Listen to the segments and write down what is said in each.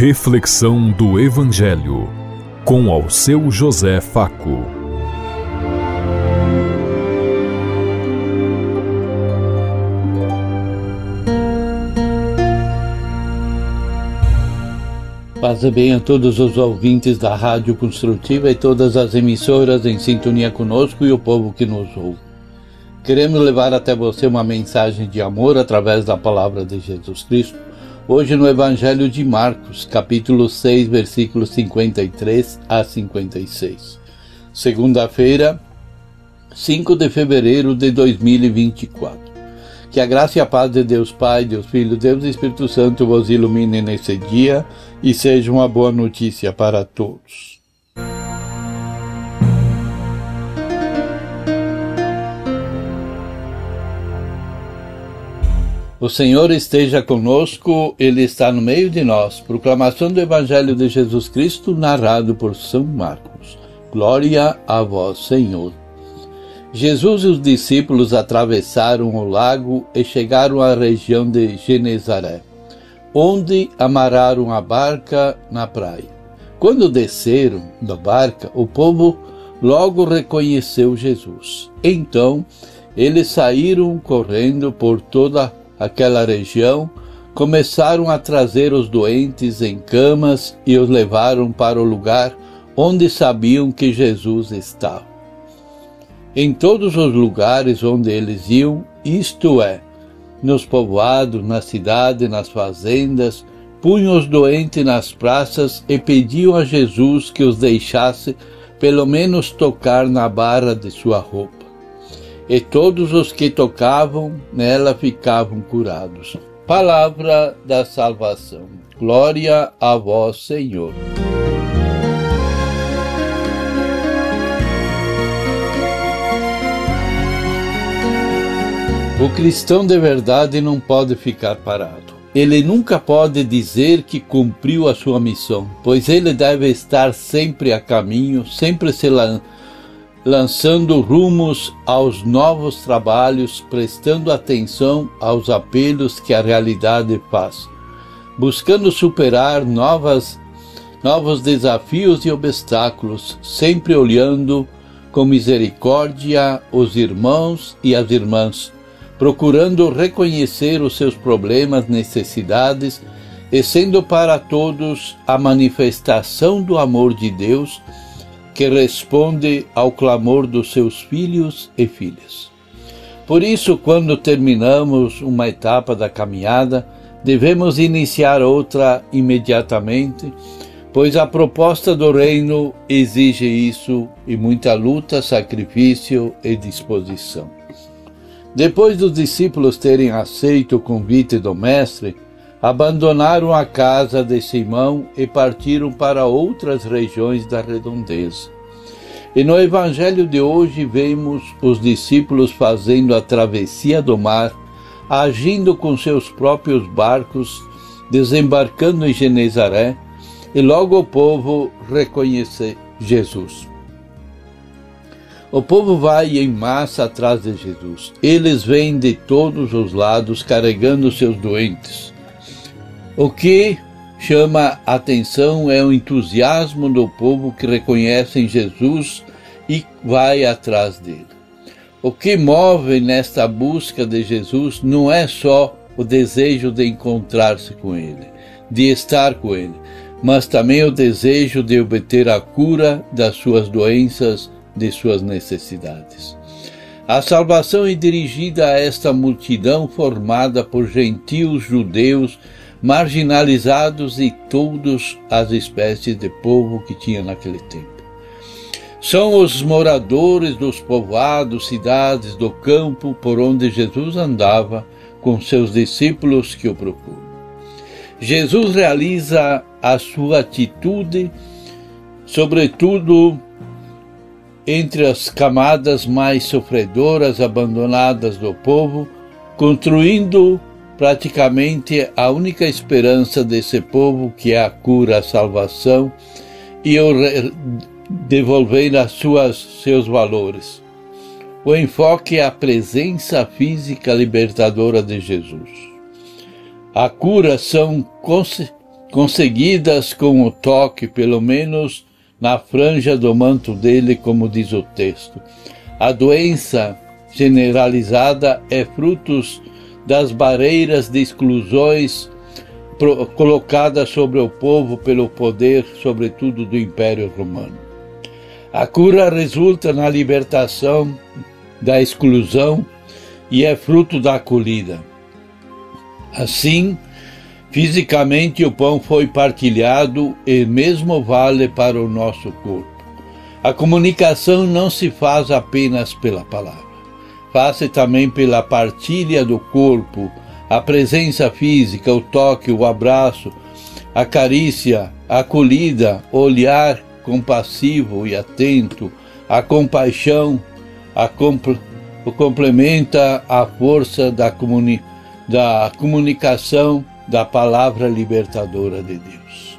Reflexão do Evangelho, com ao seu José Faco. Paz e bem a todos os ouvintes da Rádio Construtiva e todas as emissoras em sintonia conosco e o povo que nos ouve. Queremos levar até você uma mensagem de amor através da palavra de Jesus Cristo, hoje no Evangelho de Marcos, capítulo 6, versículos 53 a 56. Segunda-feira, 5 de fevereiro de 2024. Que a graça e a paz de Deus Pai, Deus Filho, Deus e Espírito Santo vos ilumine nesse dia e seja uma boa notícia para todos. O Senhor esteja conosco, Ele está no meio de nós. Proclamação do Evangelho de Jesus Cristo, narrado por São Marcos. Glória a vós, Senhor. Jesus e os discípulos atravessaram o lago e chegaram à região de Genezaré, onde amarraram a barca na praia. Quando desceram da barca, o povo logo reconheceu Jesus. Então, eles saíram correndo por toda aquela região, começaram a trazer os doentes em camas e os levaram para o lugar onde sabiam que Jesus estava. Em todos os lugares onde eles iam, isto é, nos povoados, na cidade, nas fazendas, punham os doentes nas praças e pediam a Jesus que os deixasse pelo menos tocar na barra de sua roupa. E todos os que tocavam nela ficavam curados. Palavra da salvação. Glória a vós, Senhor. O cristão de verdade não pode ficar parado. Ele nunca pode dizer que cumpriu a sua missão, pois ele deve estar sempre a caminho, sempre se lançando rumos aos novos trabalhos, prestando atenção aos apelos que a realidade faz, buscando superar novos desafios e obstáculos, sempre olhando com misericórdia os irmãos e as irmãs, procurando reconhecer os seus problemas, necessidades e sendo para todos a manifestação do amor de Deus que responde ao clamor dos seus filhos e filhas. Por isso, quando terminamos uma etapa da caminhada, devemos iniciar outra imediatamente, pois a proposta do reino exige isso e muita luta, sacrifício e disposição. Depois dos discípulos terem aceito o convite do Mestre, abandonaram a casa de Simão e partiram para outras regiões da redondeza. E no Evangelho de hoje vemos os discípulos fazendo a travessia do mar, agindo com seus próprios barcos, desembarcando em Genezaré, e logo o povo reconhece Jesus. O povo vai em massa atrás de Jesus. Eles vêm de todos os lados carregando seus doentes. O que chama a atenção é o entusiasmo do povo que reconhece em Jesus e vai atrás dele. O que move nesta busca de Jesus não é só o desejo de encontrar-se com ele, de estar com ele, mas também o desejo de obter a cura das suas doenças, de suas necessidades. A salvação é dirigida a esta multidão formada por gentios, judeus, marginalizados e todas as espécies de povo que tinha naquele tempo. São os moradores dos povoados, cidades, do campo por onde Jesus andava com seus discípulos que o procuram. Jesus realiza a sua atitude, sobretudo entre as camadas mais sofredoras, abandonadas do povo, construindo praticamente a única esperança desse povo, que é a cura, a salvação, e o devolver seus valores. O enfoque é a presença física libertadora de Jesus. A cura são conseguidas com o toque, pelo menos na franja do manto dele, como diz o texto. A doença generalizada é fruto das barreiras de exclusões colocadas sobre o povo pelo poder, sobretudo do Império Romano. A cura resulta na libertação da exclusão e é fruto da acolhida. Assim, fisicamente o pão foi partilhado e mesmo vale para o nosso corpo. A comunicação não se faz apenas pela palavra, faz-se também pela partilha do corpo, a presença física, o toque, o abraço, a carícia, a acolhida, o olhar compassivo e atento, a compaixão, complementa a força da comunicação da palavra libertadora de Deus.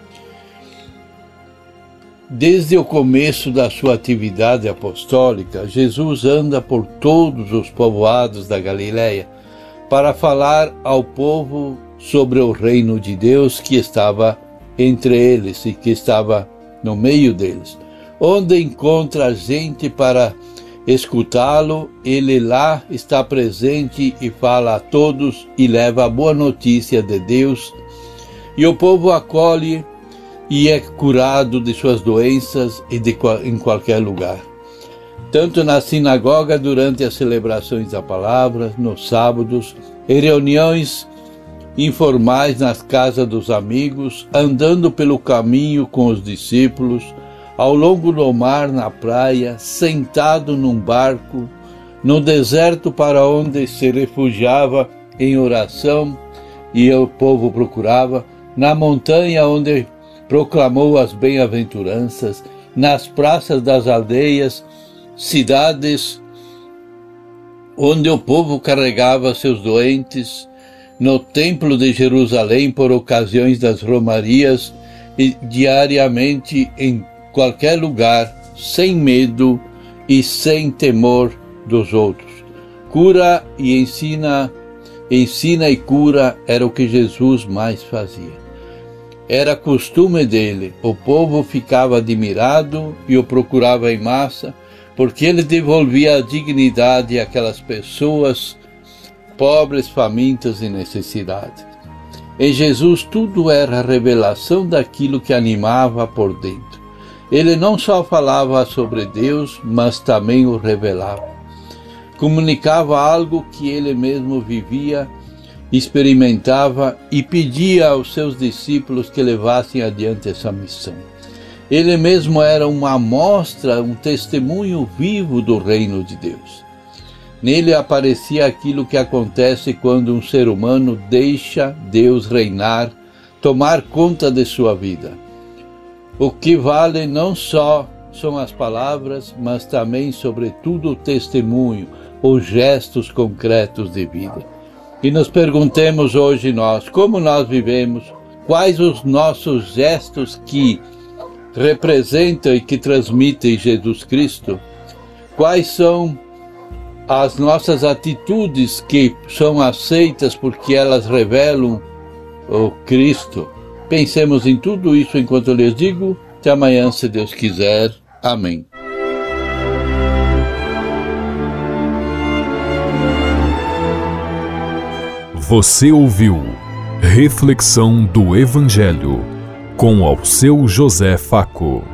Desde o começo da sua atividade apostólica, Jesus anda por todos os povoados da Galileia para falar ao povo sobre o reino de Deus que estava entre eles e que estava no meio deles. Onde encontra gente para escutá-lo, ele lá está presente e fala a todos e leva a boa notícia de Deus, e o povo acolhe e é curado de suas doenças em qualquer lugar. Tanto na sinagoga durante as celebrações da palavra, nos sábados, em reuniões informais nas casas dos amigos, andando pelo caminho com os discípulos, ao longo do mar, na praia, sentado num barco, no deserto para onde se refugiava em oração e o povo procurava, na montanha onde proclamou as bem-aventuranças, nas praças das aldeias, cidades onde o povo carregava seus doentes, no templo de Jerusalém por ocasiões das romarias e diariamente em qualquer lugar, sem medo e sem temor dos outros. Cura e ensina e cura era o que Jesus mais fazia. Era costume dele, o povo ficava admirado e o procurava em massa, porque ele devolvia a dignidade àquelas pessoas pobres, famintas e necessitadas. Em Jesus tudo era a revelação daquilo que animava por dentro. Ele não só falava sobre Deus, mas também o revelava. Comunicava algo que ele mesmo vivia, experimentava e pedia aos seus discípulos que levassem adiante essa missão. Ele mesmo era uma amostra, um testemunho vivo do reino de Deus. Nele aparecia aquilo que acontece quando um ser humano deixa Deus reinar, tomar conta de sua vida. O que vale não só são as palavras, mas também, sobretudo, o testemunho, os gestos concretos de vida. E nos perguntemos hoje nós, como nós vivemos, quais os nossos gestos que representam e que transmitem Jesus Cristo, quais são as nossas atitudes que são aceitas porque elas revelam o Cristo. Pensemos em tudo isso enquanto eu lhes digo. Até amanhã, se Deus quiser. Amém. Você ouviu Reflexão do Evangelho com Alceu José Facco.